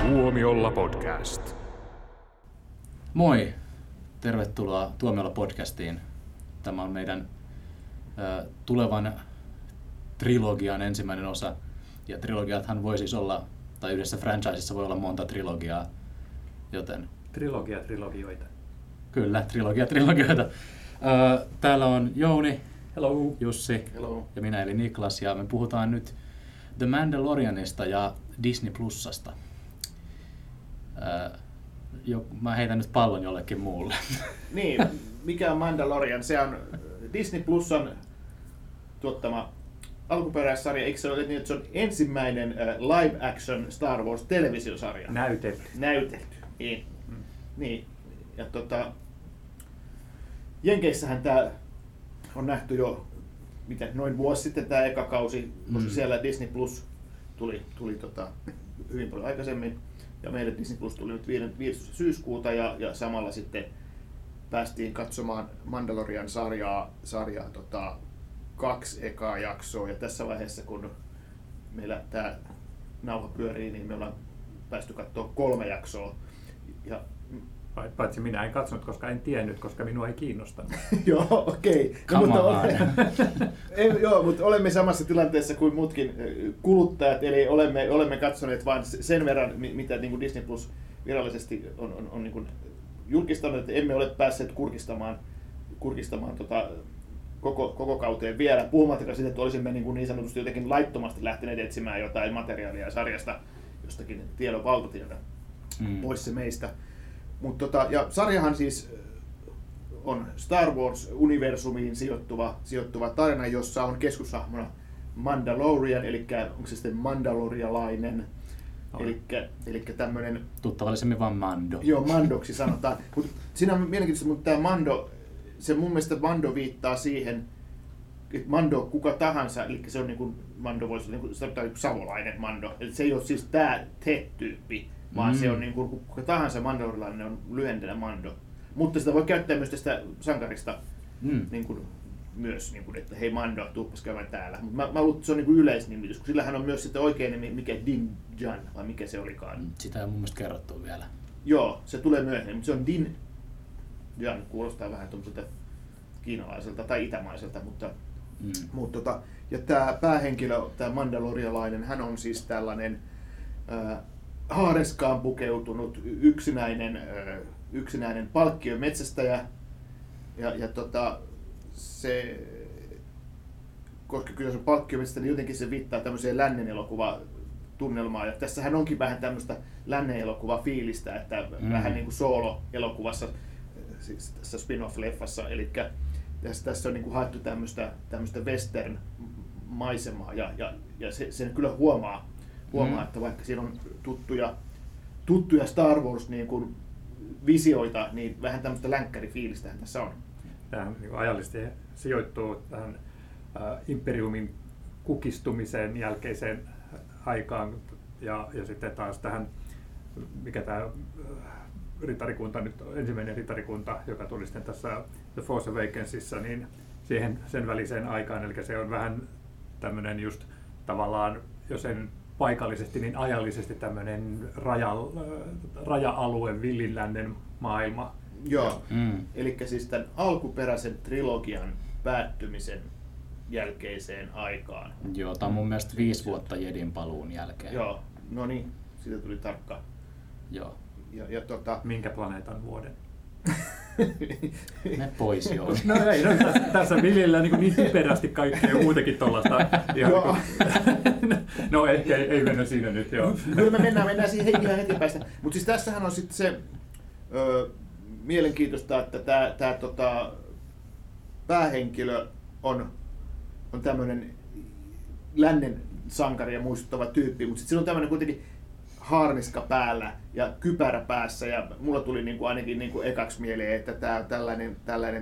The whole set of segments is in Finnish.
Tuomiolla podcast. Moi! Tervetuloa Tuomiolla podcastiin. Tämä on meidän tulevan trilogian ensimmäinen osa. Ja trilogiathan voi siis olla, tai yhdessä franchisessa voi olla monta trilogiaa, joten... Trilogioita. Kyllä, trilogioita. Täällä on Jouni, Hello. Jussi Hello. ja minä eli Niklas, ja me puhutaan nyt The Mandalorianista ja Disney Plusasta. Mä heitän nyt pallon jollekin muulle. Niin, mikä on Mandalorian? Se on Disney Plusan tuottama alkuperäissarja. Eikö se ole niin, että se on ensimmäinen live action Star Wars -televisiosarja? Näytelty. Niin. Ja Jenkeissähän tämä on nähty jo noin vuosi sitten tämä eka kausi, koska siellä Disney Plus tuli hyvin paljon aikaisemmin. Ja meille Disney Plus tuli nyt 5. syyskuuta ja samalla sitten päästiin katsomaan Mandalorian-sarjaa 2 ekaa jaksoa. Ja tässä vaiheessa, kun meillä tämä nauha pyörii, niin me ollaan päästy katsoa 3 jaksoa. Ja Paitsi minä en katsonut, koska en tiennyt, koska minua ei kiinnostanut. Joo, okei. Mutta olemme samassa tilanteessa kuin muutkin kuluttajat, eli olemme katsoneet vain sen verran, mitä niin kuin Disney Plus virallisesti on niin kuin julkistanut, että emme ole päässeet kurkistamaan koko kauteen vielä, puhumattakaan siitä, että olisimme niin sanotusti jotenkin laittomasti lähteneet etsimään jotain materiaalia sarjasta jostakin tiedon valtatieltä pois se meistä. Ja sarjahan siis on Star Wars-universumiin sijoittuva tarina, jossa on keskushahmona Mandalorian, eli onko se sitten mandalorialainen, eli tämmöinen... Tuttavallisemmin vaan Mando. Joo, Mandoksi sanotaan. Siinä on mielenkiintoista, mutta tämä Mando, mun mielestä Mando viittaa siihen, että Mando kuka tahansa, eli se on niin kuin Mando voisi olla niin kuin savolainen Mando, eli se ei ole siis tämä Ted-tyyppi, vaan se on niin kuin kuka tahansa mandalorialainen on lyhentenä Mando. Mutta sitä voi käyttää myös tästä sankarista niin kuin, myös, niin kuin, että hei Mando, tuuppas käymään täällä. Mutta mä luulen, että se on niin kuin yleisnimitys, kun sillähän on myös sitten oikein nimi, mikä Din Djarin, vai mikä se olikaan. Sitä ei mun mielestä kerrottu vielä. Joo, se tulee myöhemmin, mutta se on Din Djarin, kuulostaa vähän tuollaiselta kiinalaiselta tai itämaiselta, mutta ja tämä päähenkilö, tämä mandalorialainen, hän on siis tällainen haareskaan pukeutunut yksinäinen palkkiometsästäjä ja se, koska kyllä se on palkkiometsästäjä, niin jotenkin se viittaa tämmöiseen lännen elokuvatunnelmaan, ja tässähän onkin vähän tämmöistä lännen elokuvafiilistä, että vähän niin kuin Solo-elokuvassa, siis tässä spin-off-leffassa, eli tässä on niin kuin haettu tämmöistä western-maisemaa, ja sen kyllä huomaa, että vaikka siinä on tuttuja Star Wars niin kuin visioita, niin vähän tämmöistä länkkärifiilistähän tässä on. Tähän niin ajallisesti sijoittuu tähän imperiumin kukistumisen jälkeiseen aikaan ja sitten taas tähän, mikä tämä ritarikunta nyt ensimmäinen ritarikunta, joka tuli sitten tässä The Force Awakensissa, niin siihen sen väliseen aikaan, eli se on vähän tämmöinen just tavallaan, jos en paikallisesti, niin ajallisesti tämmöinen raja-alue, villin lännen maailma. Joo, eli siis tämän alkuperäisen trilogian päättymisen jälkeiseen aikaan. Joo, tämä on mun mielestä 5 vuotta Jedin paluun jälkeen. Joo, no niin, siitä tuli tarkka. Joo. Minkä planeetan vuoden? Ne pois, joo. No ei, tässä viljellään niin typerästi kaikkea muutenkin tuollaista. No ehkä ei mennä siinä nyt, joo. Kyllä me mennään siihen ihan heti päästä. Mutta siis tässähän on sitten se mielenkiintoista, että tämä päähenkilö on tämmöinen lännen sankaria muistuttava tyyppi, mutta sitten sillä on tämmöinen kuitenkin haarniska päällä ja kypärä päässä, ja mulla tuli niinku ainakin niinku ekaksi mieleen, että tämä tällainen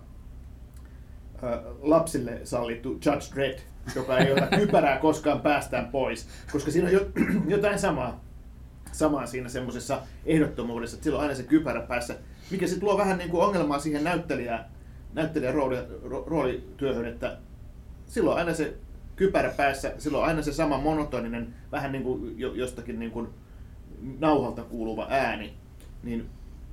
lapsille sallittu Judge Dredd, joka ei ota kypärää koskaan päästään pois, koska siinä on jotain samaa siinä semmoisessa ehdottomuudessa, että silloin aina se kypärä päässä, mikä sitten luo vähän niinku ongelmaa siihen näyttelijän roolityöhön, että silloin aina se kypärä päässä, silloin aina se sama monotoninen, vähän niin kuin jostakin niin kuin nauhalta kuuluva ääni, niin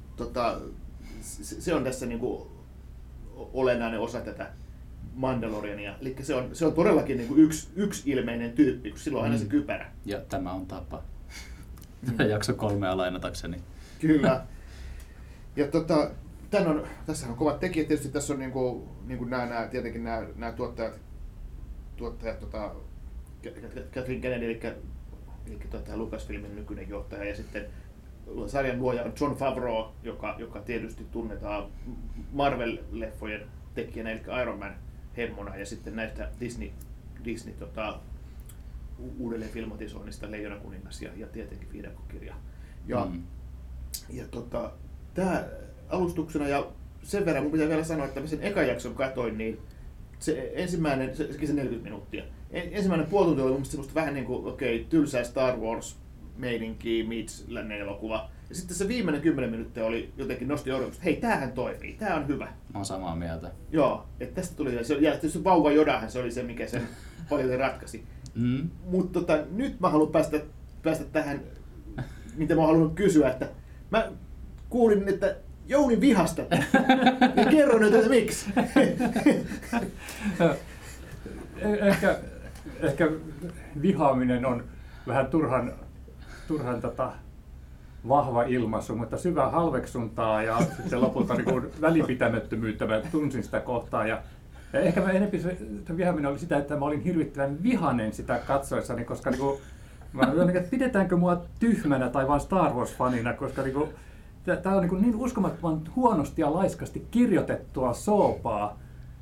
se on tässä niin kuin olennainen osa tätä Mandaloriania. Eli se on todellakin niin kuin yksi ilmeinen tyyppi, kun silloin on aina se kypärä. Ja tämä on tapa. Tämä jakso 3 lainatakseni. Kyllä. Ja tässä on kovat tekijät. Tietysti tässä on niin kuin tietenkin nämä tuottajat Kathleen Kennedy, eli Lucasfilmin nykyinen johtaja, ja sitten sarjan luoja on Jon Favreau, joka tietysti tunnetaan Marvel-leffojen tekijänä, eli Iron Man hemmona, ja sitten näistä Disney uudelleen filmatisoinnista Leijona kuningas ja tietenkin Viidakko-kirja. Ja tämä alustuksena, ja sen verran mun pitää vielä sanoa, että mä sen ekan jakson katoin, niin se ensimmäinen, se 40 minuuttia. Ensimmäinen puoli tuntia oli mun mielestä semmoista vähän niin kuin, tylsää Star Wars-meininkiä meets lännen elokuva. Ja sitten se viimeinen 10 minuuttia oli jotenkin nosti odotusta, hei, tämähän toimii, tää on hyvä. Mä oon samaa mieltä. Joo, että tästä tuli, ja tietysti vauva Jodahan se oli se, mikä sen paljon ratkaisi. Mutta nyt mä haluan päästä tähän, mitä mä oon halunnut kysyä, että mä kuulin, että Jouni vihasta. Niin kerro nyt, että miksi. Ehkä vihaaminen on vähän turhan vahva ilmaisu, mutta syvää halveksuntaa ja sitten lopulta niin välinpitämättömyyttä mä tunsin sitä kohtaa. Ja ehkä enemmän se vihaaminen oli sitä, että mä olin hirvittävän vihainen sitä katsoessani, koska että pidetäänkö mua tyhmänä tai vain Star Wars-fanina, koska tämä on niin uskomattoman huonosti ja laiskasti kirjoitettua soopaa.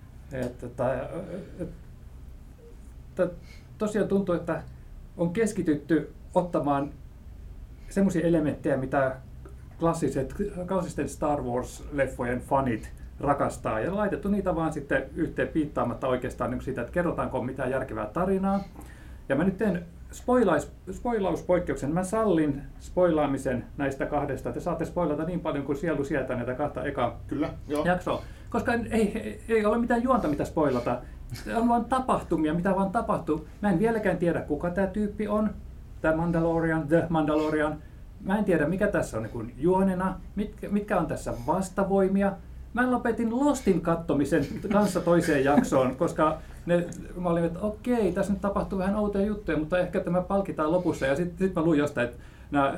Tosiaan tuntuu, että on keskitytty ottamaan semmoisia elementtejä, mitä klassisten Star Wars-leffojen fanit rakastaa, ja laitettu niitä vaan sitten yhteen piittaamatta oikeastaan niin siitä, että kerrotaanko mitään järkevää tarinaa. Ja mä nyt teen spoilauspoikkeuksen. Mä sallin spoilaamisen näistä kahdesta. Te saatte spoilata niin paljon kuin sielu sietää näitä kahta ekaa jaksoa. Koska ei ole mitään juonta, mitä spoilata. On vaan tapahtumia, mitä vaan tapahtuu. Mä en vieläkään tiedä, kuka tämä tyyppi on. Tämä The Mandalorian. Mä en tiedä, mikä tässä on niin juonena, mitkä on tässä vastavoimia. Mä lopetin Lostin kattomisen kanssa toiseen jaksoon, koska mä olin, että okei, tässä nyt tapahtuu vähän outoja juttuja, mutta ehkä tämä palkitaan lopussa. Ja sitten mä luin jostain, että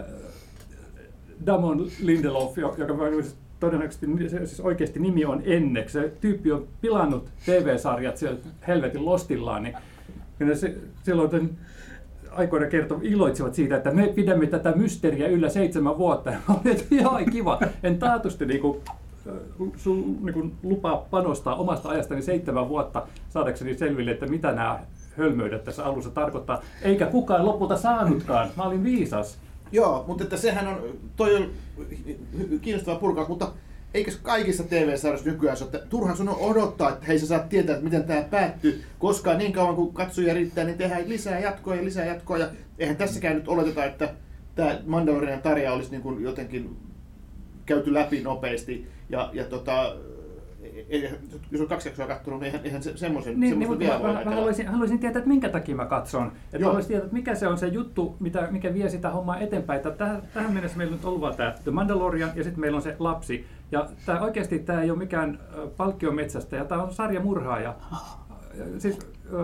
Damon Lindelof, joka todennäköisesti siis oikeasti nimi on Ennex, se tyyppi on pilannut TV-sarjat siellä helvetin Lostillaan, niin silloin aikoina iloitsivat siitä, että me pidämme tätä mysteeriä yllä 7 vuotta. Ja olin, että joo, kiva. En taatusti lupaa panostaa omasta ajastani 7 vuotta saadakseni selville, että mitä nämä hölmöydet tässä alussa tarkoittaa. Eikä kukaan lopulta saanutkaan. Mä olin viisas. Joo, mutta että sehän on, toi on kiinnostavaa purkaa, mutta eikö kaikissa TV-sarjoissa nykyään ole, että turhan sun on odottaa, että hei sä saat tietää, että miten tämä päättyy, koska niin kauan kuin katsoja riittää, niin tehdään lisää jatkoa ja eihän tässäkään nyt oleteta, että tämä Mandalorian tarja olisi niin kuin jotenkin käyty läpi nopeasti ja jos on 2 jaksoa katsonut, niin eihän semmoisen vielä voi ajatella. Haluaisin tietää, että minkä takia mä katson. Haluaisin tietää, että mikä se on se juttu, mikä vie sitä hommaa eteenpäin. Tähän mennessä meillä on nyt ollut vaan tämä The Mandalorian ja sitten meillä on se lapsi. Ja oikeasti tämä ei ole mikään palkkiometsästä ja tämä on sarjamurhaaja. Siis,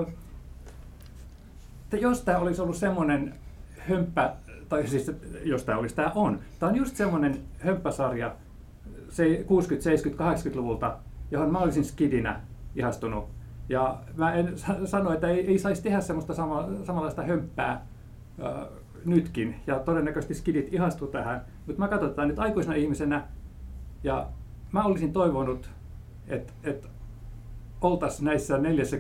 jos tämä olisi ollut semmoinen hömppä, tai siis jos tämä olisi, tämä on. Tämä on just semmoinen hömppäsarja 60-, 70-, 80-luvulta, johon mä olisin skidinä ihastunut. Ja mä en sano, että ei saisi tehdä semmoista samanlaista hömppää nytkin. Ja todennäköisesti skidit ihastuu tähän. Mutta mä katson tätä nyt aikuisena ihmisenä. Ja mä olisin toivonut, että oltaisiin näissä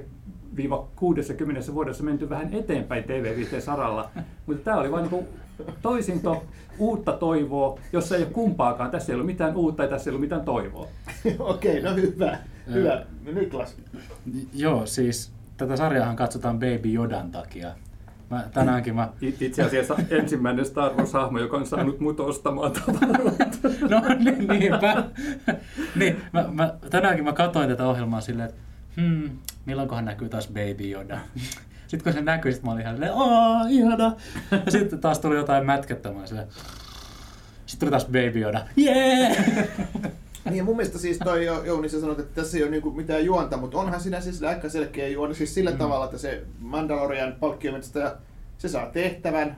4-60 vuodessa menty vähän eteenpäin TV-viihteen-saralla. Mutta tämä oli vain niin toisinto, uutta toivoa, jossa ei ole kumpaakaan. Tässä ei ole mitään uutta ja tässä ei ole mitään toivoa. Okei, no hyvä. Niklas. Joo, siis tätä sarjaahan katsotaan Baby Yodan takia. Itse asiassa ensimmäinen Star Wars-hahmo, joka on saanut mut ostamaan tavaroita. No niinpä. Niin, tänäänkin mä katsoin tätä ohjelmaa silleen, että milloinkohan näkyy taas Baby Yoda. Sitten kun se näkyi, sit mä olin ihan silleen, ihana. Ja sitten taas tuli jotain mätkättämään silleen. Sitten tuli taas Baby Yoda, jee! Niin ja mun mielestä siis toi Jouni, sä sanoit, että tässä ei ole niinku mitään juonta, mutta onhan siinä siis aika selkeä juoni siis sillä tavalla, että se Mandalorian palkkiometsästäjä, se saa tehtävän,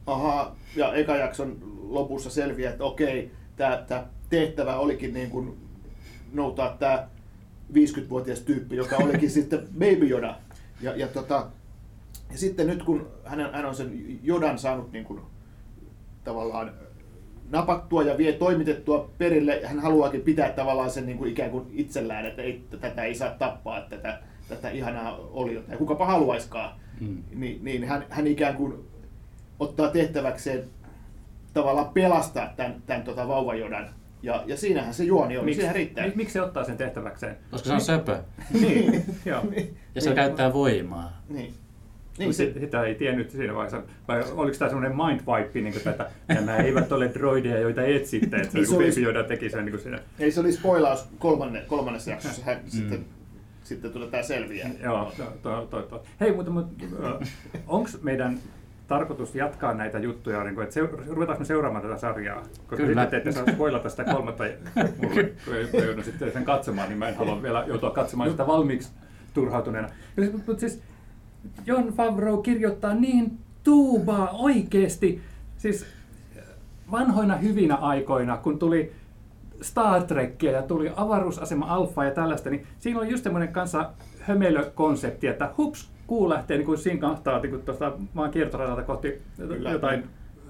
ja eka jakson lopussa selviää, että okei, tää tehtävä olikin niin kuin noutaa tää 50-vuotias tyyppi, joka olikin sitten Baby Yoda. Ja sitten nyt kun hän on sen Yodan saanut niin kuin, tavallaan napattua ja toimitettua perille, hän haluaakin pitää tavallaan sen niin kuin ikään kuin itsellään, että tätä ei saa tappaa, tätä ihanaa oliota. Ja kukapa haluaiskaan, niin hän ikään kuin ottaa tehtäväkseen tavallaan pelastaa tämän vauvajodan. Ja siinähän se juoni on, siihen riittää. Miksi se ottaa sen tehtäväkseen? Koska se on söpö. Niin, joo. Ja se käyttää voimaa. Niin. Sitä ei tiennyt siinä vaiheessa. Vai oliko tämä semmoinen mindwipe, niin että nämä eivät ole droideja, joita etsitte, että niin Baby Yoda teki sen niin siinä. Ei, se oli spoilaus kolmannessa jaksossa, sitten tulee tämä selviää. Joo, Hei, mutta onko meidän tarkoitus jatkaa näitä juttuja, niin kuin, että ruvetaanko me seuraamaan tätä sarjaa? Koska Kyllä. sitten te ette saa spoilata sitä kolmatta mulle, kun joudun sitten sen katsomaan, niin mä en halua vielä joutua katsomaan sitä valmiiksi turhautuneena. Mutta siis Jon Favreau kirjoittaa niin tuubaa oikeesti. Siis vanhoina hyvinä aikoina, kun tuli Star Trekkiä ja tuli avaruusasema Alpha ja tällaista, niin siinä oli just semmoinen kanssa hömelökonsepti, että hups, kuu lähtee niin kuin sinkahtaa niin tuosta maan kiertoradalta kohti jotain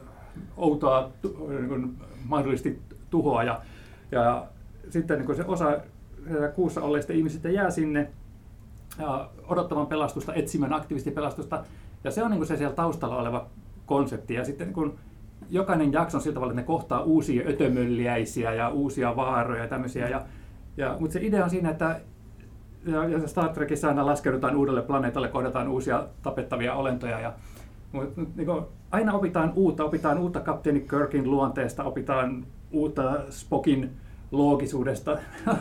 outoa niin kuin mahdollisesti tuhoa. Ja sitten niin kuin se osa kuussa olleista ihmisistä jää sinne odottamaan pelastusta, etsimään aktiivisesti pelastusta. Ja se on niin kuin se siellä taustalla oleva konsepti. Ja sitten niin kuin jokainen jakso on sillä tavalla, että ne kohtaa uusia ötömölliäisiä ja uusia vaaroja ja tämmöisiä. Mutta se idea on siinä, että ja Star Trekissa aina laskeudutaan uudelle planeetalle, kohdataan uusia tapettavia olentoja. Niin aina opitaan uutta kapteeni Kirkin luonteesta, opitaan uutta Spockin loogisuudesta.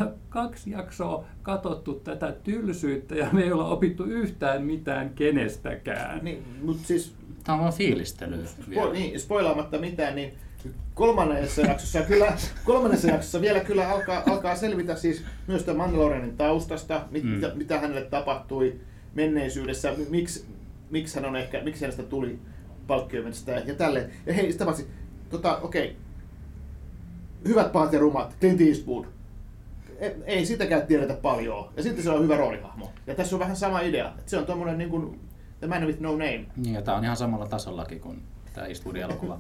2 jaksoa katsottu tätä tylsyyttä ja me ei olla opittu yhtään mitään kenestäkään. Niin, mutta siis tämä on vaan fiilistelyä. Spoilaamatta mitään, niin kolmannessa jaksossa vielä kyllä alkaa selvitä siis myös tämän Mandalorianin taustasta, mitä hänelle tapahtui menneisyydessä, miksi hänestä tuli palkkiometsästäjä ja tälleen. Ja hei, sitä paitsi, okei. Hyvät pahat ja rumat, Clint Eastwood. Ei sitäkään tiedetä paljon. Ja sitten se on hyvä roolihahmo. Ja tässä on vähän sama idea. Että se on tommonen niin kuin The Man with No Name. Niin, ja tää on ihan samalla tasollakin kuin tämä Eastwoodin elokuva.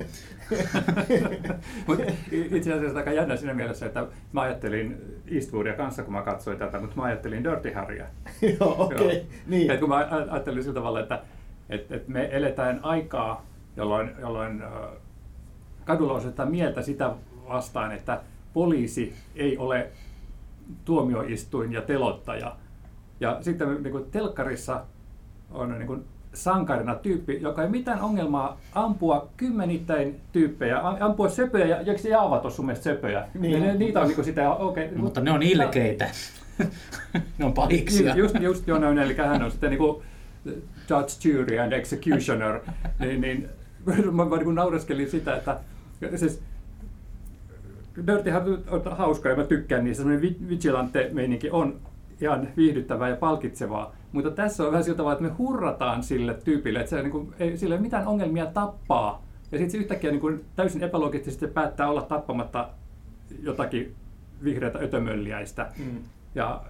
Itse asiassa aika jännä siinä mielessä, että mä ajattelin Eastwoodia kanssa, kun mä katsoin tätä, mutta mä ajattelin Dirty Harryä. Joo, okei. Niin. Kun mä ajattelin sillä tavalla, että me eletään aikaa, jolloin kadulla osoitetaan mieltä sitä vastaan, että poliisi ei ole tuomioistuin ja telottaja. Ja sitten niin kuin telkkarissa on niin kuin sankarina tyyppi, joka ei mitään ongelmaa ampua kymmenittäin tyyppejä, ampua söpöjä, ja eikö se Jaavat ole sun mielestä söpöjä? Niin. Niitä on niin kuin sitä, okay, mutta ne on ilkeitä. Ne on pahiksia. Just joo, eli hän on sitten niin kuin judge, jury and executioner. niin mä niin naureskelin sitä, että siis Dirty on hauska ja mä tykkään niistä, semmoinen vigilante-meininki on ihan viihdyttävää ja palkitsevaa, mutta tässä on vähän sillä tavalla, että me hurrataan sille tyypille, että se, niin kuin, sillä ei ole mitään ongelmia tappaa, ja sitten se yhtäkkiä niin kuin, täysin epäloogisesti päättää olla tappamatta jotakin vihreätä ötömölliäistä. Ja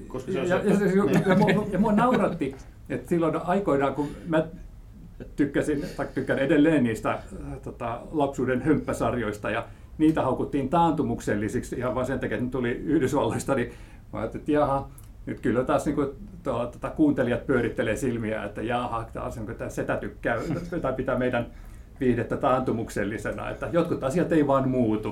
mua nauratti, että silloin aikoinaan, kun mä tykkään edelleen niistä lapsuuden hömppäsarjoista, ja niitä haukuttiin taantumuksellisiksi ihan vain sen takia, että ne tuli Yhdysvalloista, niin mä ajattelin, että jaha, nyt kyllä taas niin kuin, kuuntelijat pyörittelee silmiä, että jaha, taas niin tämä setä tykkää tai pitää meidän viihdettä taantumuksellisena, että jotkut asiat ei vaan muutu.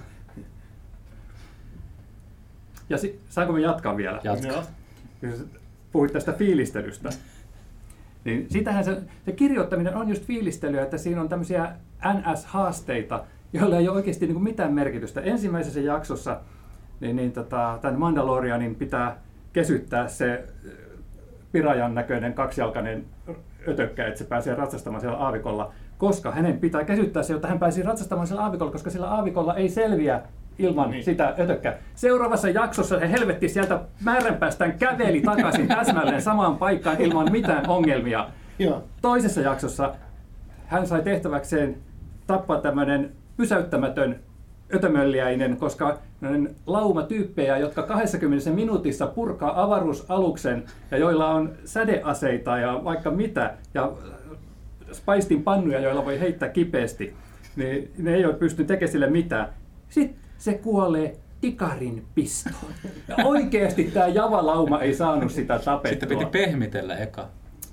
Ja saanko me jatkaa vielä? Jatka. Puhuit tästä fiilistelystä. Niin sitähän se kirjoittaminen on just fiilistelyä, että siinä on tämmöisiä NS-haasteita, joilla ei ole oikeasti niin kuin mitään merkitystä. Ensimmäisessä jaksossa tämän Mandalorianin pitää kesyttää se pirajan näköinen kaksijalkainen ötökkä, että se pääsee ratsastamaan siellä aavikolla, koska hänen pitää käsittää se, jotta hän pääsi ratsastamaan siellä aavikolla, koska sillä aavikolla ei selviä ilman sitä ötökkää. Seuraavassa jaksossa se helvetti sieltä määränpäästään käveli takaisin täsmälleen samaan paikkaan ilman mitään ongelmia. Toisessa jaksossa hän sai tehtäväkseen tappaa tämmöinen pysäyttämätön ötömölliäinen, koska lauma tyyppejä, jotka 20 minuutissa purkaa avaruusaluksen ja joilla on sädeaseita ja vaikka mitä ja paistin pannuja, joilla voi heittää kipeästi, niin ne ei ole pystynyt tekemään sille mitään. Sitten se kuolee tikarin pistoon. Ja oikeasti tämä javalauma ei saanut sitä tapettua. Sitten piti pehmitellä eka.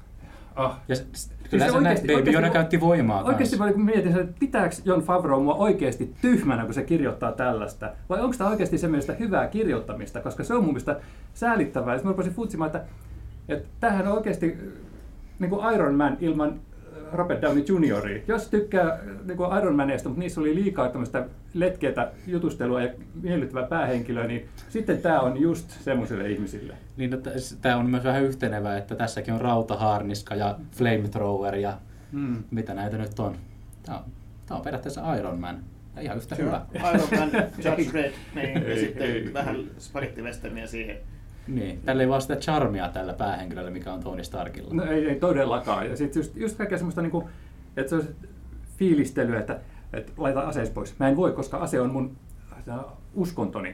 Ja kyllä se Baby Yoda käytti voimaa oikeasti kanssa. Mä mietin, että pitääkö Jon Favreau mua oikeasti tyhmänä, kun se kirjoittaa tällaista? Vai onko tämä oikeasti sen mielestä hyvää kirjoittamista? Koska se on mun mielestä säälittävää. Ja sitten mä rupesin futsimaan, että tämähän on oikeasti niin kuin Iron Man ilman Robert Downey Jr. Jos tykkää niin kuin Iron Manista, mutta niissä oli liikaa tämmöistä letkeätä jutustelua ja miellyttävää päähenkilöä, niin sitten tämä on just semmoisille ihmisille. Niin, tämä on myös vähän yhtenevää, että tässäkin on rautahaarniska ja flamethrower ja mitä näitä nyt on. Tämä on periaatteessa Iron Man. Ja ihan yhtä hyvä. Iron Man, Judge Dredd, niin, ja sitten vähän spagettiwesterniä siihen. Niin, tällä ei vaan sitä charmia tällä päähenkilöllä, mikä on Tony Starkilla. No ei todellakaan. Ja sitten just kaikkea semmoista, niin kuin, että se on fiilistely, että laita asees pois. Mä en voi, koska ase on mun uskontoni.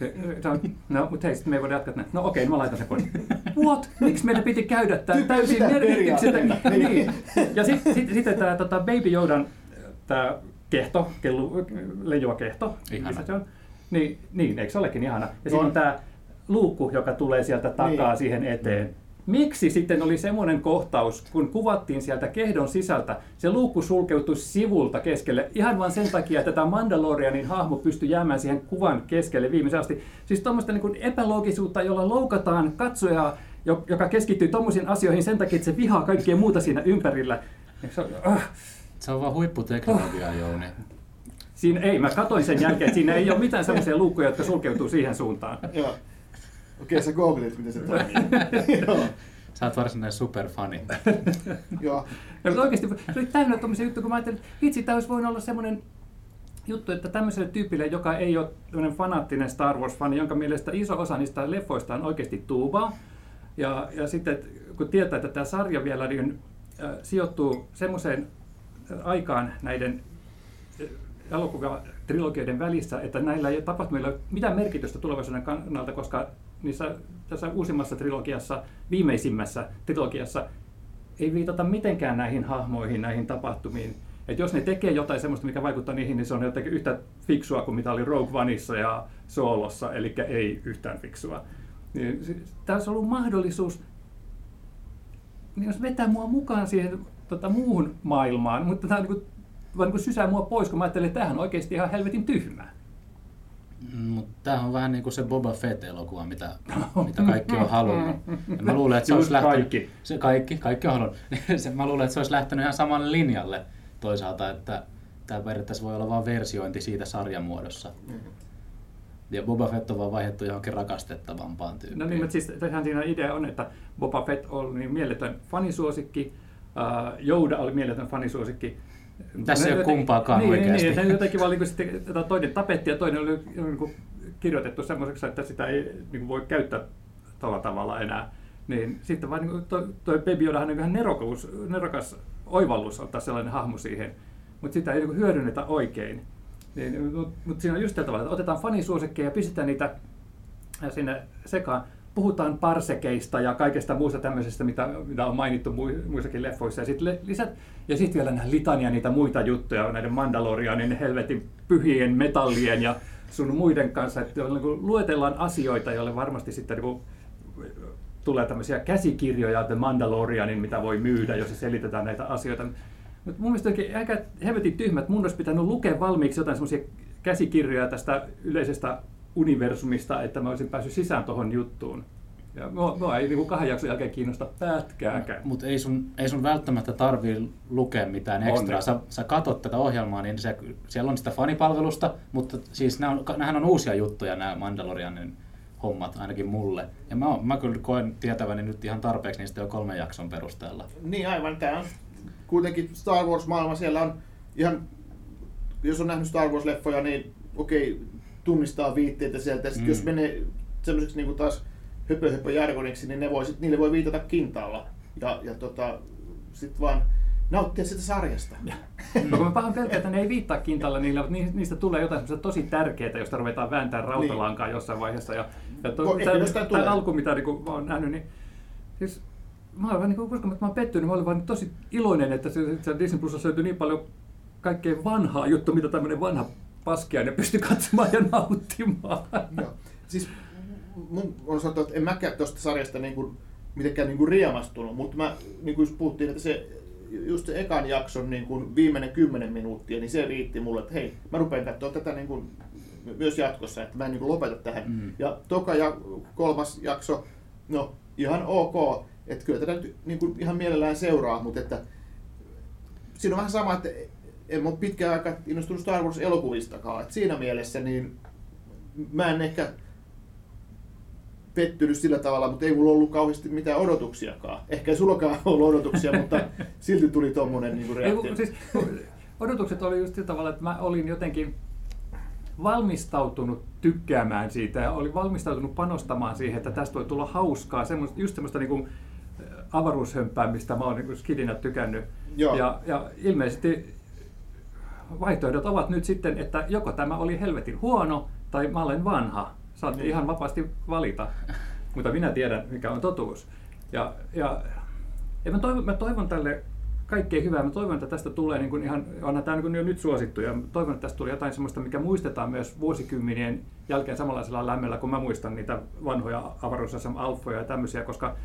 No, mutta hei, sitten me ei voida jatkaa näin. No okei, mä laitan sen pois. What? Miksi meidän piti käydä täysin merkityksettä? Niin. Ja sitten tämä Baby Yodan tämä kehto, leijuva kehto. Ihana. Se on? Niin, eikö se olekin ihana? Ja siinä on tämä luukku, joka tulee sieltä takaa siihen eteen. Miksi sitten oli semmoinen kohtaus, kun kuvattiin sieltä kehdon sisältä, se luukku sulkeutui sivulta keskelle ihan vain sen takia, että tämä Mandalorianin hahmo pystyi jäämään siihen kuvan keskelle viimeisen asti. Siis tuommoista niin kuin epäloogisuutta, jolla loukataan katsojaa, joka keskittyy tommosiin asioihin sen takia, että se vihaa kaikkea muuta siinä ympärillä. Se on vaan huipputeknologiaa, Jouni. Siinä ei, mä katsoin sen jälkeen, että siinä ei ole mitään sellaisia luukkuja, jotka sulkeutuu siihen suuntaan. Joo. Okei, sä googlit, miten se toimii. Sä oot varsinainen superfani. Joo. Ja oikeasti se oli täynnä tommosia juttuja, kun mä ajattelin, että vitsi, tämä olisi voinut olla semmoinen juttu, että tämmöiselle tyypille, joka ei ole fanaattinen Star Wars-fani, jonka mielestä iso osa niistä leffoista on oikeasti tuubaa. Ja sitten kun tietää, että tämä sarja vielä niin, sijoittuu semmoiseen aikaan näiden elokuvatrilogioiden välissä, että näillä ei tapahtumilla ole mitään merkitystä tulevaisuuden kannalta, koska tässä uusimmassa trilogiassa, viimeisimmässä trilogiassa, ei viitata mitenkään näihin hahmoihin, näihin tapahtumiin. Et jos ne tekee jotain sellaista, mikä vaikuttaa niihin, niin se on jotenkin yhtä fiksua kuin mitä oli Rogue Oneissa ja Solossa, eli ei yhtään fiksua. Niin, tässä on ollut mahdollisuus niin jos vetää mua mukaan siihen muuhun maailmaan, mutta tämä on vaan niin sysää mua pois, kun mä ajattelin, että tämähän on oikeasti ihan helvetin tyhmää. Mutta tämä on vähän niin kuin se Boba Fett-elokuva, mitä kaikki on halunnut. Ja mä luulen, että se olisi lähtenyt, kaikki on halunnut. Mä luulen, että se olisi lähtenyt ihan samalle linjalle toisaalta, että tämä periaatteessa voi olla vain versiointi siitä sarjan muodossa. Ja Boba Fett on vaan vaihdettu johonkin rakastettavampaan tyyppiin. No niin, mutta siis siinä idea on, että Boba Fett oli niin mieletön fanisuosikki, Yoda oli mieletön fanisuosikki. Tässä ei ole kumpaakaan oikeasti. Niin, jotenkin vaan toinen tapetti ja toinen oli kirjoitettu semmoiseksi, että sitä ei voi käyttää tällä tavalla enää. Niin sitten vaan toi Baby Yodahan on ihan nerokas oivallus ottaa sellainen hahmo siihen, mutta sitä ei hyödynnetä oikein. Niin, mutta siinä on just tällä tavalla, että otetaan fanisuosikkeja ja pistetään niitä sinne sekaan. Puhutaan parsekeista ja kaikesta muusta tämmöisestä, mitä on mainittu muissakin leffoissa. Ja sitten vielä nämä litania niitä muita juttuja, näiden Mandalorianin, helvetin pyhien metallien ja sun muiden kanssa. Että luetellaan asioita, joille varmasti sitten tulee tämmöisiä käsikirjoja, The Mandalorianin, mitä voi myydä, jos se selitetään näitä asioita. Mutta mun mielestä oikein aika helvetin tyhmä, että mun olisi pitänyt lukea valmiiksi jotain semmoisia käsikirjoja tästä yleisestä universumista, että mä olisin päässyt sisään tuohon juttuun. Ja mua ei 2 jakson jälkeen kiinnosta pätkääkään. Mutta ei sun välttämättä tarvii lukea mitään ekstraa. Sä katot tätä ohjelmaa, niin siellä on sitä fanipalvelusta, mutta siis nämähän on uusia juttuja, nämä Mandalorianin hommat, ainakin mulle. Ja mä kyllä koen tietäväni nyt ihan tarpeeksi niistä jo 3 jakson perusteella. Niin aivan, tämä on kuitenkin Star Wars-maailma, siellä on ihan, jos on nähnyt Star Wars-leffoja, niin okei, tunnistaa viitteitä sieltä, ja sitten jos menee semmoiseksi niin kuin taas höpö-jargoniksi, niin niille voi viitata kintaalla, ja sitten vaan nauttia sitä sarjasta. No kun mä pahan pelkään, että ne ei viittaa kintaalla, niistä tulee jotain semmoista tosi tärkeää, josta ruvetaan vääntää rautalankaa jossain vaiheessa. Tämä alku, mitä niin mä oon nähnyt, niin siis mä olen niin uskomatta, mä oon pettynyt, mä olin vaan tosi iloinen, että se Disney Plusassa löytyi niin paljon kaikkein vanhaa juttua, mitä tämmöinen vanha paskiainen pystyi katsomaan ja nauttimaan. Joo. Siis mun on sanottu, että en mäkään tuosta sarjasta mitenkään riemastunut, mutta mä, niin kuin just puhuttiin, että just se ekan jakson viimeinen 10 minuuttia, niin se riitti mulle, että hei, mä rupean katsoa tätä myös jatkossa, että mä en lopeta tähän. Ja toka ja 3. jakso, no ihan ok, että kyllä tätä nyt ihan mielellään seuraa, mutta että siinä on vähän sama, että en ole pitkään aikaa innostunut Star Wars-elokuvistakaan, että siinä mielessä niin mä en ehkä pettynyt sillä tavalla, mutta ei mulla ollut kauheasti mitään odotuksiakaan. Ehkä ei sullakaan ollut odotuksia, mutta silti tuli tommonen reaktio. Siis, odotukset oli just sillä tavalla, että mä olin jotenkin valmistautunut tykkäämään siitä ja olin valmistautunut panostamaan siihen, että tästä voi tulla hauskaa, just semmoista niin avaruushömpää, mistä mä oon niin skidinä tykännyt. Ja ilmeisesti vaihtoehdot ovat nyt sitten, että joko tämä oli helvetin huono tai mä olen vanha. Saatte ihan vapaasti valita, mutta minä tiedän, mikä on totuus. Ja mä toivon tälle kaikkea hyvää. Mä toivon, että tästä tulee niin kuin ihan, onhan tämä niin jo nyt suosittu, ja toivon, että tästä tulee jotain sellaista, mikä muistetaan myös vuosikymmenien jälkeen samanlaisella lämmöllä, kun mä muistan niitä vanhoja avaruusasema-alfoja ja tämmöisiä, koska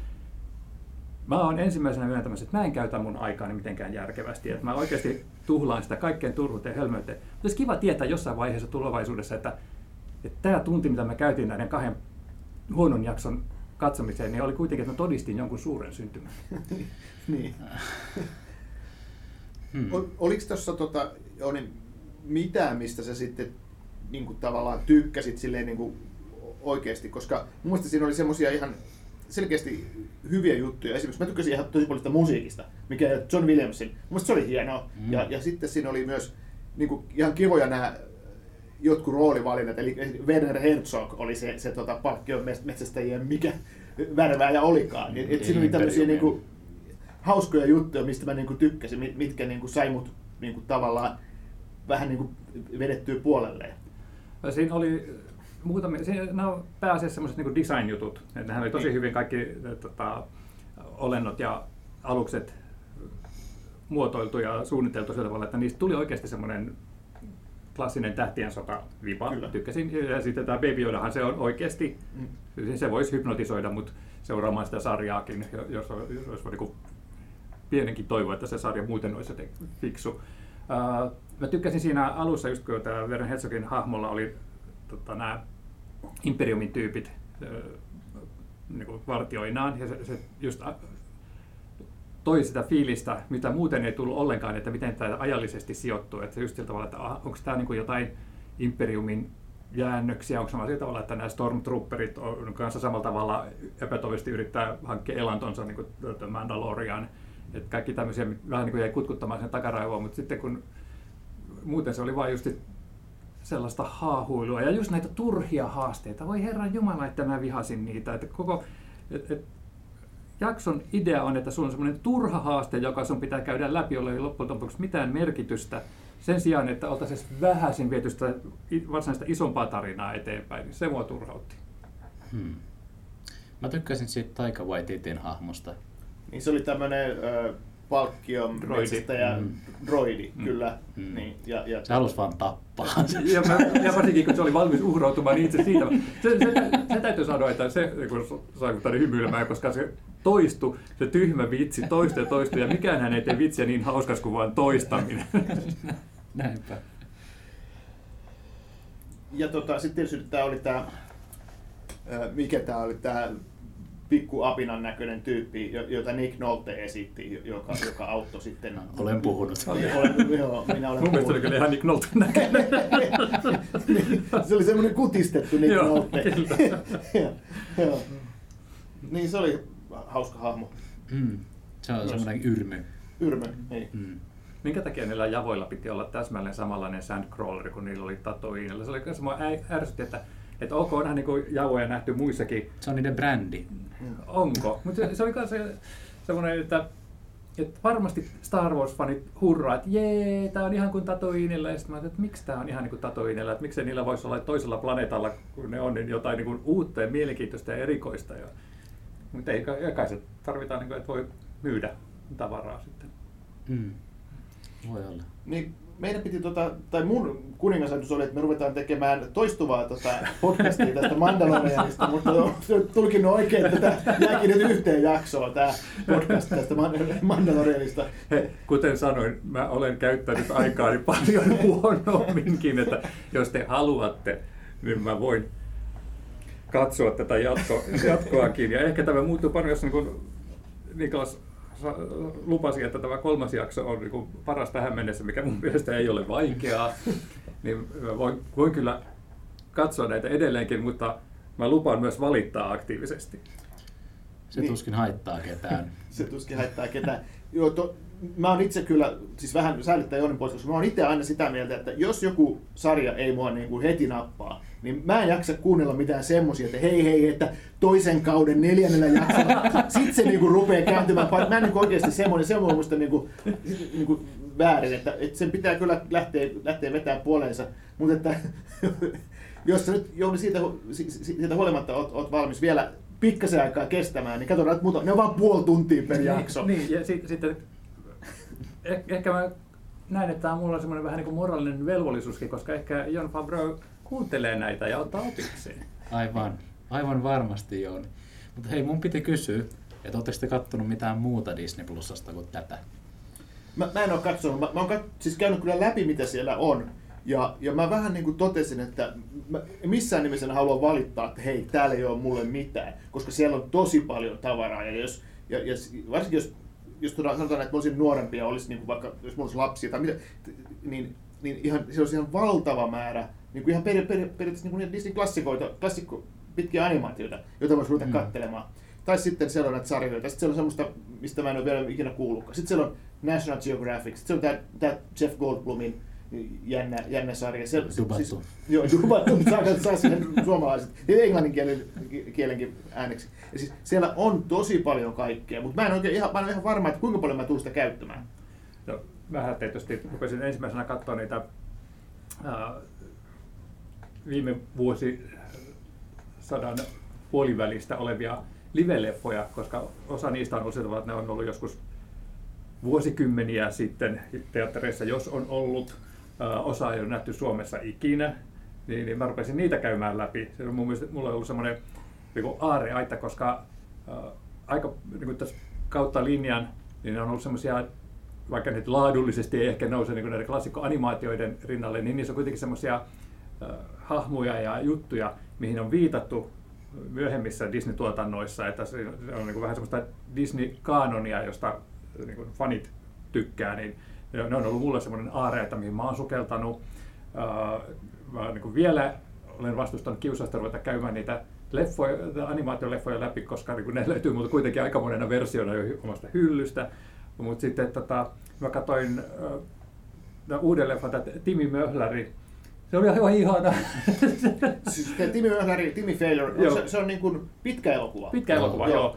mä oon ensimmäisenä myöntämässä, että mä en käytä mun aikaani mitenkään järkevästi, että mä oikeasti tuhlaan sitä kaikkeen turhuuteen ja hölmöyteen. Mutta olisi kiva tietää jossain vaiheessa tulevaisuudessa, että tämä tunti, mitä mä käytin näiden 2 huonon jakson katsomiseen, niin oli kuitenkin, että mä todistin jonkun suuren syntymän. Niin. Oliko tuossa mitään, mistä sä sitten tavallaan tykkäsit silleen oikeasti, koska mun mielestä siinä oli semmoisia ihan selkeästi hyviä juttuja. Esimerkiksi mä tykkäsin ihan tosi paljon sitä musiikista, mikä John Williamsin. Mun mielestä se oli hienoa. Ja sitten siinä oli myös ihan kivoja nämä jotkut roolivalinnat, eli Werner Herzog oli se palkkion metsästäjien mikä värvääjä olikaan. Et siinä oli tämmöisiä hauskoja juttuja, mistä mä tykkäsin, mitkä sai mut tavallaan vähän vedettyä puolelleen. Siinä oli muutamia, nämä on pääasiassa semmoiset design-jutut. Nehän oli tosi hyvin kaikki olennot ja alukset muotoiltu ja suunniteltu sillä tavalla, että niistä tuli oikeasti semmoinen klassinen tähtien sota-vipa, tykkäsin. Ja sitten tämä Baby Yodahan se on oikeasti, se voisi hypnotisoida mut seuraamaan sitä sarjaakin, jos olisi pienenkin toivoa, että se sarja muuten olisi fiksu. Mä tykkäsin siinä alussa, just kun tämä Werner Herzogin hahmolla oli nämä Imperiumin tyypit vartioinaan, ja se just toi sitä fiilistä, mitä muuten ei tullut ollenkaan, että miten tämä ajallisesti sijoittuu. Että just sillä tavalla, että onko tämä jotain Imperiumin jäännöksiä, onko sillä tavalla, että nämä Stormtrooperit on kanssa samalla tavalla epätoivoisesti yrittää hankkia elantonsa, niin kuin Mandalorian. Että kaikki tämmöisiä vähän jäi kutkuttamaan sen takaraivoon, mutta sitten kun muuten se oli vain just sellaista haahuilua ja just näitä turhia haasteita. Voi Herran Jumala, että mä vihasin niitä. Että jakson idea on, että sulla on semmoinen turha haaste, joka sun pitää käydä läpi, jolla ei loppujen lopuksi mitään merkitystä. Sen sijaan, että oltaisiin vähäisin viety sitä varsinaista isompaa tarinaa eteenpäin, niin se mua turhautti. Mä tykkäsin siitä Taika Waititin hahmosta. Niin se oli tämmöinen palkkion metsästäjä droidi, kyllä. Niin, ja se halusi vaan tappaa. Ja varsinkin, kun se oli valmis uhrautumaan niin itse siitä. Se täytyy sanoa, että se sai tänne hymyilemään, koska se toistui, se tyhmä vitsi toistui, ja mikään ei tee vitsiä niin hauskas kuin vaan toistaminen. Näinpä. Ja sitten tietysti tämä oli mikä tämä oli, tämä pikku apinan näköinen tyyppi, jota Nick Nolte esitti, joka auttoi sitten... Olen puhunut. Joo, minä olen mun mielestä oli kyllä ihan Nick Nolte näköinen. Se oli semmoinen kutistettu Nick Nolte. Joo. Niin se oli hauska hahmo. Se on semmoinen yrmy. Yrmy, ei. Minkä takia niillä javoilla piti olla täsmälleen samanlainen sandcrawleri, kun niillä oli Tatooinella? Se oli myös mua ärsytti, että ok, onhan niinku javoja nähty muissakin. Se on niiden brändi. Onko? Mutta se oli myös semmoinen, että varmasti Star Wars-fanit hurraa, että jee, tää on ihan kuin Tatooinella. Ja sitten mä ajattelin, että miksi tää on ihan niin kuin Tatooinella, että miksei niillä voisi olla toisella planeetalla, kun ne on, niin jotain niin kuin uutta ja mielenkiintoista ja erikoista. Mutta ei kai se tarvitaan, että voi myydä tavaraa sitten. Voi olla. Niin, meidän piti, tai mun kuningasajatus oli, että me ruvetaan tekemään toistuvaa podcastia tästä Mandalorianista, mutta tulkinnut oikein, että tämä jääkin nyt yhteen jaksoon, tämä podcast tästä Mandalorianista. Kuten sanoin, mä olen käyttänyt aikaani paljon huonomminkin, että jos te haluatte, niin mä voin katsoa tätä jatkoakin. Ja ehkä tämä muuttuu paljon, jos niin kuin Niklas lupasi, että tämä 3. jakso on niin kuin paras tähän mennessä, mikä mun mielestä ei ole vaikeaa, niin voin kyllä katsoa näitä edelleenkin, mutta mä lupaan myös valittaa aktiivisesti. Se tuskin haittaa ketään. Se tuskin haittaa ketään. Joo, mä oon itse kyllä, siis vähän säilyttää Joonin pois, koska mä oon itse aina sitä mieltä, että jos joku sarja ei mua niin kuin heti nappaa, niin mä en jaksa kuunnella mitään semmosia, että hei, että toisen kauden 4. jaksolla, sit se niinku rupeaa kääntymään. Mä en niinku oikeesti se on musta niinku väärin, että sen pitää kyllä lähteä vetämään puoleensa, mutta että jos sä nyt Jouni siitä huolimatta oot valmis vielä pikkasen aikaa kestämään, niin katsotaan, että ne on vaan puoli tuntia per jakso. Niin, ja sitten ehkä mä näen, että tämä on mulla semmoinen vähän niin kuin moraalinen velvollisuuskin, koska ehkä Jon Favreau kuuntelee näitä ja ottaa opikseen. Aivan varmasti Jouni. Mutta hei, mun piti kysyä, että ootteko te kattonut mitään muuta Disney Plusasta kuin tätä? Mä en ole katsonut. Mä oon siis käynyt kyllä läpi, mitä siellä on. Ja mä vähän niin kuin totesin, että missään nimessä en halua valittaa, että hei, täällä ei ole mulle mitään, koska siellä on tosi paljon tavaraa. Ja varsinkin jos sanotaan, että mä olisin nuorempia, olisi niin kuin vaikka, jos mulla olisi lapsia tai mitä, niin ihan, se olisi ihan valtava määrä, niin kuin ihan periaatteessa niin kuin Disney-klassikko, pitkiä animaatioita, joita voisi ruveta katselemaan. Tai sitten siellä on näitä sarjoita, sitten siellä on semmoista, mistä mä en ole vielä ikinä kuullutkaan. Sitten siellä on National Geographic, sitten siellä on tämä Jeff Goldblumin jännä sarja. Dubattu. Siis, joo, dubattu, saa siihen suomalaiset, ja englannin kielenkin ääneksi. Ja siis siellä on tosi paljon kaikkea, mutta mä en ole ihan varma, että kuinka paljon mä tulen sitä käyttämään. No, vähän tietysti rupesin ensimmäisenä katsoa niitä viime vuosisadan puolivälistä olevia live-leffoja, koska osa niistä on ollut sitä, että ne on ollut joskus vuosikymmeniä sitten teattereissa, jos on ollut. Osa ei ole nähty Suomessa ikinä, niin mä rupesin niitä käymään läpi. Se on mun mielestä, mulla on ollut semmoinen aarreaitta, koska aika niin tässä kautta linjan niin ne on ollut semmoisia, vaikka nyt laadullisesti ei ehkä nouse niin näiden klassikkoanimaatioiden rinnalle, niin niissä on kuitenkin semmoisia hahmoja ja juttuja, mihin on viitattu myöhemmissä Disney-tuotannoissa, että se on niin vähän semmoista Disney-kaanonia, josta niin fanit tykkää, niin ne on ollut mulle semmoinen aare, että mihin mä oon sukeltanut. Mä niin vielä olen vastustanut kiusausta ruveta käymään niitä animaatioleffoja läpi, koska niin ne löytyy multa kuitenkin aika monena versiona jo omasta hyllystä. Mutta sitten mä katsoin uuden leffan, Timmy Möhläri. Se oli ihan ihana. Siis Timmy Möhläri, Timmy Failure, se on niin kuin pitkä elokuva. Pitkä elokuva, joo.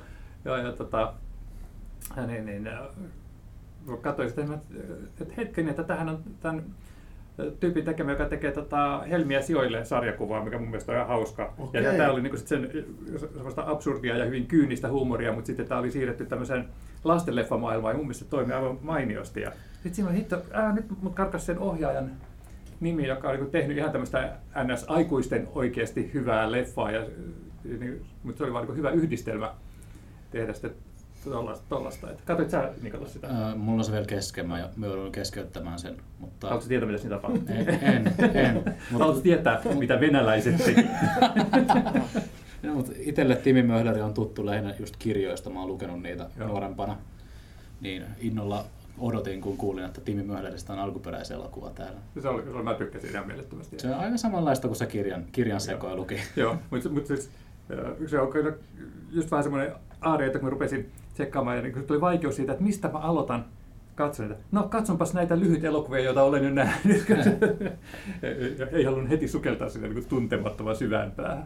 Katsoin sitten, että hetken, että tämähän on tämän tyypin tekemä, joka tekee Helmiä sijoille -sarjakuvaa, mikä mun mielestä on ihan hauska. Okay. Ja tämä oli niinku sen sellaista absurdia ja hyvin kyynistä huumoria, mutta sitten tämä oli siirretty tämmöiseen lastenleffamaailmaan ja mun mielestä toimii aivan mainiosti. Ja sitten siinä oli nyt mut karkas sen ohjaajan nimi, joka on tehnyt ihan tämmöistä NS-aikuisten oikeasti hyvää leffaa, mutta se oli vaan hyvä yhdistelmä tehdä sitten tollaista. Katsoit sä, Nikolas, sitä? Mulla on se vielä kesken, mä joudun keskeyttämään sen. Mutta... Haluatko tietää, mitä siinä tapahtuu? En. Haluatko tietää, mitä venäläiset tekevät? No, mutta itselle Timi Möhleri on tuttu lähinnä just kirjoista, mä oon lukenut niitä nuorempana. Niin innolla odotin, kun kuulin, että Timi Möhleristä on alkuperäiselokuva täällä. Mä tykkäsin ihan mielettömästi. Se on aika samanlaista kuin se kirjan sekoilukin. Joo, mutta siis se on kyllä just vähän semmoinen aaria, että kun mä rupesin tsekkaamaan, ja niin tuli vaikeus siitä, että mistä mä aloitan katsoa niitä. No katsonpas näitä lyhyt elokuvia, joita olen jo nähnyt. Ei halunnut heti sukeltaa sinne niin tuntemattoman syvään päähän.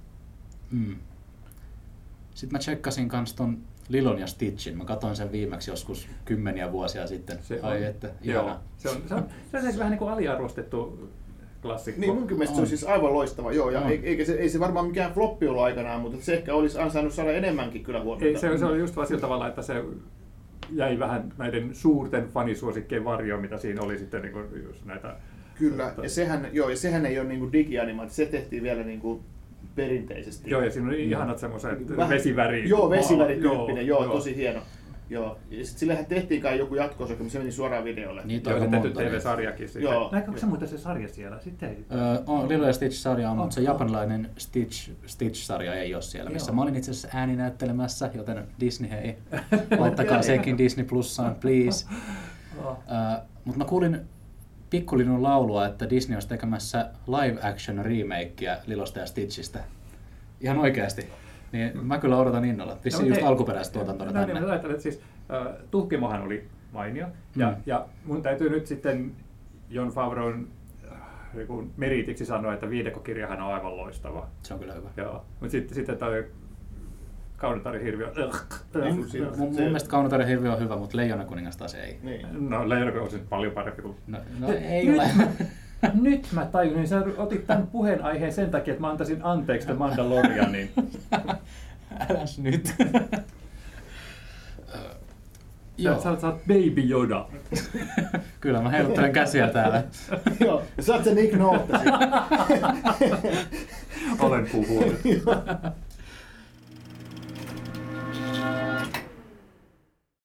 Sitten mä tsekkasin kans ton Lilon ja Stitchin. Mä katsoin sen viimeksi joskus 10 vuosia sitten. Että ihana. Se on vähän niin kuin aliarvostettu klassikko. Niin munkin mielestä se on siis aivan loistava. Joo, ja ei se varmaan mikään floppi ollut aikanaan, mutta se ehkä olisi ansainnut saada enemmänkin kyllä huomiota. Ei, se oli just vaan sillä tavalla, että se jäi vähän näiden suurten fanisuosikkeen varjoon, mitä siinä oli sitten niin kuin just näitä. Kyllä, ja sehän ei ole niin kuin digianimaatio, se tehtiin vielä niin kuin perinteisesti. Joo, ja siinä on ihanat semmoiset vesiväri. Joo, vesivärityyppinen, tosi hieno. Joo, ja sitten sillähän tehtiin kai joku jatko-osa, se meni suoraan videolle. Niitä on tehty TV-sarjakin sitten. Näetkö sä muuten se sarja siellä? Sitten ei. Lilo ja Stitch-sarja on, mutta se japanilainen Stitch-sarja ei ole siellä, missä mä olin itse asiassa ääninäyttelemässä, joten Disney hei, laittakaa sekin Disney Plussaan, please. Mutta mä kuulin Pikkulinnun laulua, että Disney olisi tekemässä live-action remakea Lilosta ja Stitchistä. Ihan oikeasti. Niin mä kyllä odotan innolla. Vissiin just alkuperäistä tuotantoa tänne. Mä ajattelen, että siis Tuhkimohan oli mainio. Ja mun täytyy nyt sitten Jon Favreaun meritiksi sanoa, että viidekkokirjahan on aivan loistava. Se on kyllä hyvä. Joo. Mutta sitten toi Kaunotarin hirviö. Mun mielestä Kaunotarin hirviö on hyvä, mutta Leijona kuningas taas ei. Niin. No Leijona kuningas on paljon parempi kuin... No ei ole. Nyt mä tajusin, sä otit tämän puheenaiheen sen takia, että mä antaisin anteeksi The Mandalorianin. Äläs nyt. Sä oot Baby Yoda. Kyllä, mä heiluttelen käsiä täällä. Joo, ja sä oot se Nick Nolte. Olen puhunut.